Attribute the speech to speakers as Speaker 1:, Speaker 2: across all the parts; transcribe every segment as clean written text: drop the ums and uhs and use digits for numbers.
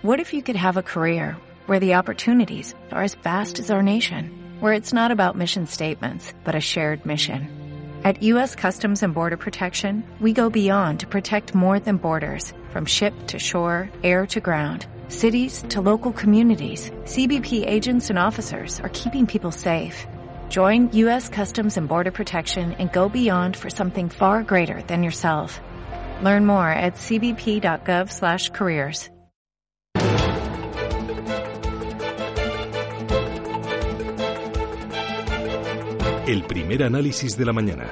Speaker 1: What if you could have a career where the opportunities are as vast as our nation, where it's not about mission statements, but a shared mission? At U.S. Customs and Border Protection, we go beyond to protect more than borders, from ship to shore, air to ground, cities to local communities. CBP agents and officers are keeping people safe. Join U.S. Customs and Border Protection and go beyond for something far greater than yourself. Learn more at cbp.gov/careers.
Speaker 2: El primer análisis de la mañana.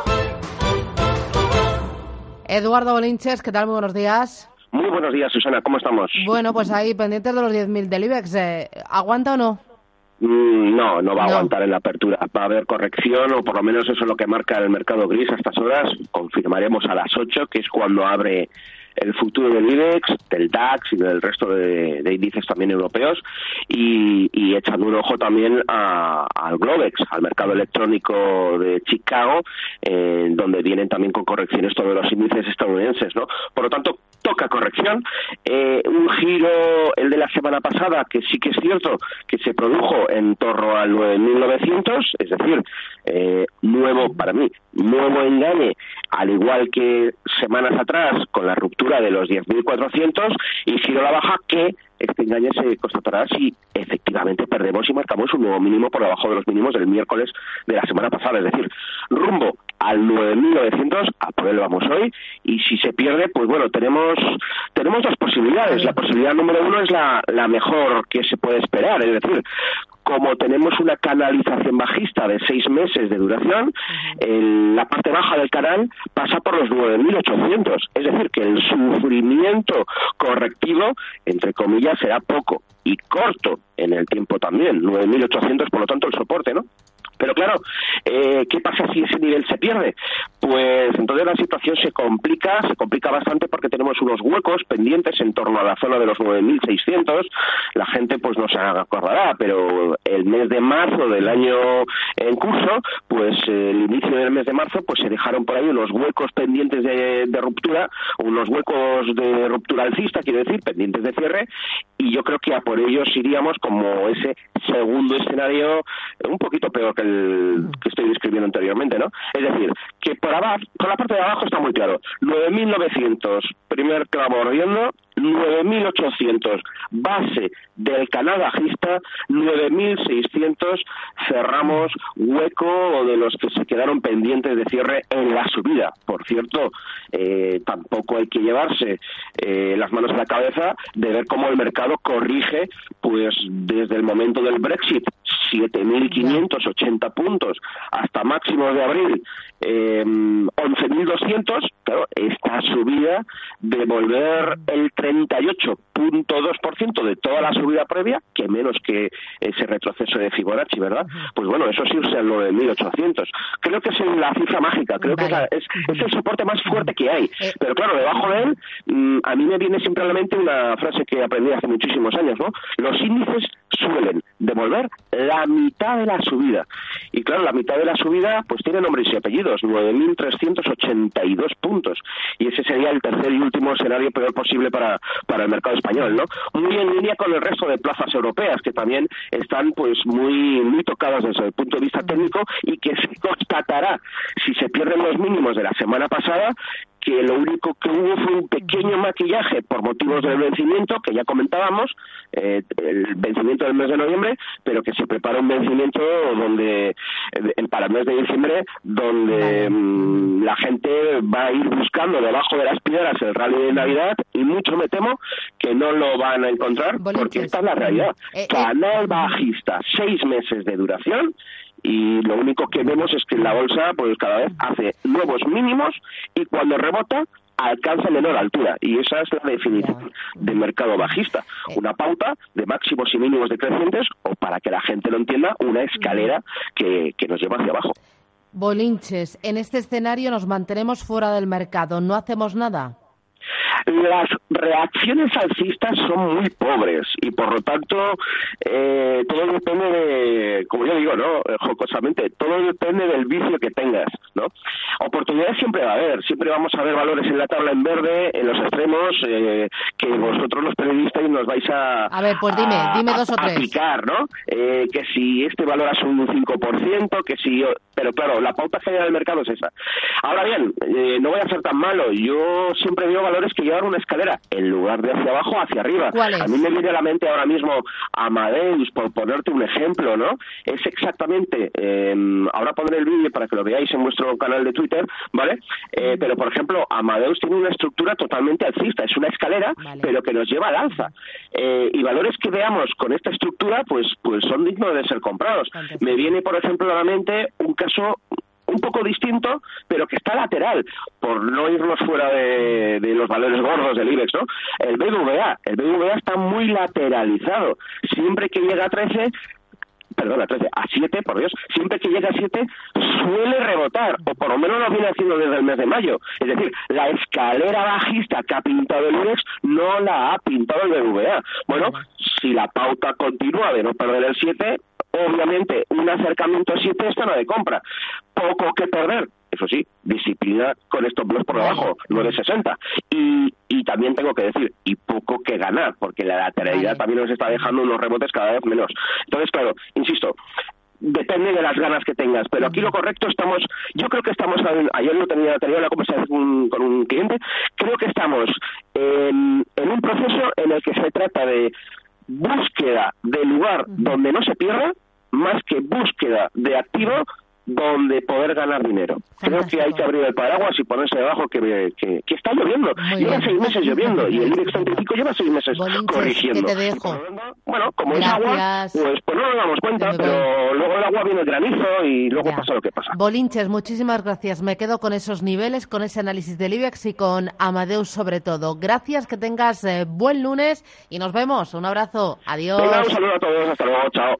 Speaker 3: Eduardo Bolinches, ¿qué tal? Muy buenos días.
Speaker 4: Muy buenos días, Susana, ¿cómo estamos?
Speaker 3: Bueno, pues ahí, pendientes de los 10.000 del IBEX. ¿Aguanta o no?
Speaker 4: No va a aguantar en la apertura. Va a haber corrección, o por lo menos eso es lo que marca el mercado gris a estas horas. Confirmaremos a las 8, que es cuando abre el futuro del IBEX, del DAX y del resto de índices también europeos, y echando un ojo también al Globex, al mercado electrónico de Chicago, donde vienen también con correcciones todos los índices estadounidenses, ¿no? Por lo tanto, toca corrección. Un giro, el de la semana pasada, que sí que es cierto que se produjo en torno al 9.900, es decir, nuevo para mí, nuevo engañe, al igual que semanas atrás con la ruptura de los 10.400, y giro a la baja, que este engaño se constatará si efectivamente perdemos y marcamos un nuevo mínimo por debajo de los mínimos del miércoles de la semana pasada, es decir, rumbo al 9.900, a por él vamos hoy, y si se pierde, pues bueno, tenemos dos posibilidades. La posibilidad número uno es la mejor que se puede esperar, es decir, como tenemos una canalización bajista de 6 meses de duración, la parte baja del canal pasa por los 9.800, es decir, que el sufrimiento correctivo, entre comillas, será poco y corto en el tiempo también, 9.800, por lo tanto el soporte, ¿no? Pero claro, ¿qué pasa si ese nivel se pierde? Pues entonces la situación se complica bastante, porque tenemos unos huecos pendientes en torno a la zona de los 9.600. La gente pues no se acordará, pero el mes de marzo del año en curso, pues el inicio del mes de marzo, pues se dejaron por ahí unos huecos pendientes de ruptura, unos huecos de ruptura alcista, quiero decir, pendientes de cierre, y yo creo que a por ellos iríamos como ese segundo escenario un poquito peor que el que estoy describiendo anteriormente, ¿no? Es decir, que por la parte de abajo está muy claro, 9.900, primer clavo ardiendo, 9.800, base del canal bajista, 9.600, cerramos hueco de los que se quedaron pendientes de cierre en la subida. Por cierto, tampoco hay que llevarse las manos a la cabeza de ver cómo el mercado corrige, pues desde el momento del Brexit, 7.580 puntos, hasta máximos de abril, 11.200, claro, esta subida de volver el 38.2% de toda la subida previa, que menos que ese retroceso de Fibonacci, ¿verdad? Pues bueno, eso es irse al 9.800. Creo que es la cifra mágica, creo que es el soporte más fuerte que hay. Pero claro, debajo de él, a mí me viene siempre a la mente una frase que aprendí hace muchísimos años, ¿no? Los índices suelen devolver la mitad de la subida. Y claro, la mitad de la subida pues tiene nombres y apellidos, 9.382 puntos. Y ese sería el tercer y último escenario peor posible para el mercado español, ¿no? Muy en línea con el resto de plazas europeas, que también están pues muy tocadas desde el punto de vista técnico, y que se constatará si se pierden los mínimos de la semana pasada, que lo único que hubo fue un pequeño maquillaje por motivos del vencimiento, que ya comentábamos, el vencimiento del mes de noviembre, pero que se prepara un vencimiento donde para el mes de diciembre, donde la gente va a ir buscando debajo de las piedras el rally de Navidad, y mucho me temo que no lo van a encontrar, porque esta es la realidad. Canal bajista, 6 meses de duración, y lo único que vemos es que la bolsa pues cada vez hace nuevos mínimos, y cuando rebota alcanza menor altura, y esa es la definición de mercado bajista, una pauta de máximos y mínimos decrecientes, o para que la gente lo entienda, una escalera que nos lleva hacia abajo.
Speaker 3: Bolinches, en este escenario nos mantenemos fuera del mercado, ¿no hacemos nada?
Speaker 4: las reacciones alcistas son muy pobres y por lo tanto todo depende de, como yo digo, ¿no? Jocosamente, todo depende del vicio que tengas, ¿no? Oportunidades siempre va a haber, siempre vamos a ver valores en la tabla en verde, en los extremos, que vosotros los periodistas nos vais a
Speaker 3: ver, pues dime dos o tres.
Speaker 4: Aplicar, ¿no? Que si este valor ha subido un 5%, que si... Pero claro, la pauta general del mercado es esa. Ahora bien, no voy a ser tan malo. Yo siempre veo valores que llevan una escalera, en lugar de hacia abajo, hacia arriba.
Speaker 3: ¿Cuál es?
Speaker 4: A mí me viene a la mente ahora mismo Amadeus, por ponerte un ejemplo, ¿no? Es exactamente... ahora pondré el vídeo para que lo veáis en vuestro canal de Twitter, ¿vale? Pero, por ejemplo, Amadeus tiene una estructura totalmente alcista. Es una escalera, vale, pero que nos lleva al alza. Y valores que veamos con esta estructura, pues son dignos de ser comprados. Fantástico. Me viene, por ejemplo, a la mente un caso un poco distinto, pero que está lateral, por no irnos fuera de los valores gordos del IBEX, ¿no? El BBVA está muy lateralizado. Siempre que llega a 13, a 7, por Dios, siempre que llega a 7 suele rebotar, o por lo menos lo viene haciendo desde el mes de mayo. Es decir, la escalera bajista que ha pintado el IBEX no la ha pintado el BBVA. Bueno, si la pauta continúa de no perder el 7, obviamente un acercamiento a 7 es zona de compra. Poco que perder. Eso sí, disciplina con stop loss por debajo, 9.60. Y también tengo que decir, y poco que ganar, porque la lateralidad también nos está dejando unos rebotes cada vez menos. Entonces, claro, insisto, depende de las ganas que tengas, pero aquí lo correcto yo creo que estamos, ayer lo tenía una conversación con un cliente, creo que estamos en un proceso en el que se trata de búsqueda de lugar donde no se pierda, más que búsqueda de activo donde poder ganar dinero. Fantástico. Creo que hay que abrir el paraguas y ponerse debajo que está lloviendo. Lleva 6 meses lloviendo y el IBEX 35 lleva 6 meses corrigiendo.
Speaker 3: Que te dejo.
Speaker 4: Bueno, como es agua, pues no nos damos cuenta, pero luego el agua viene el granizo y luego pasa lo que pasa.
Speaker 3: Bolinches, muchísimas gracias. Me quedo con esos niveles, con ese análisis del IBEX y con Amadeus sobre todo. Gracias, que tengas buen lunes y nos vemos. Un abrazo. Adiós.
Speaker 4: Venga, un saludo a todos. Hasta luego. Chao.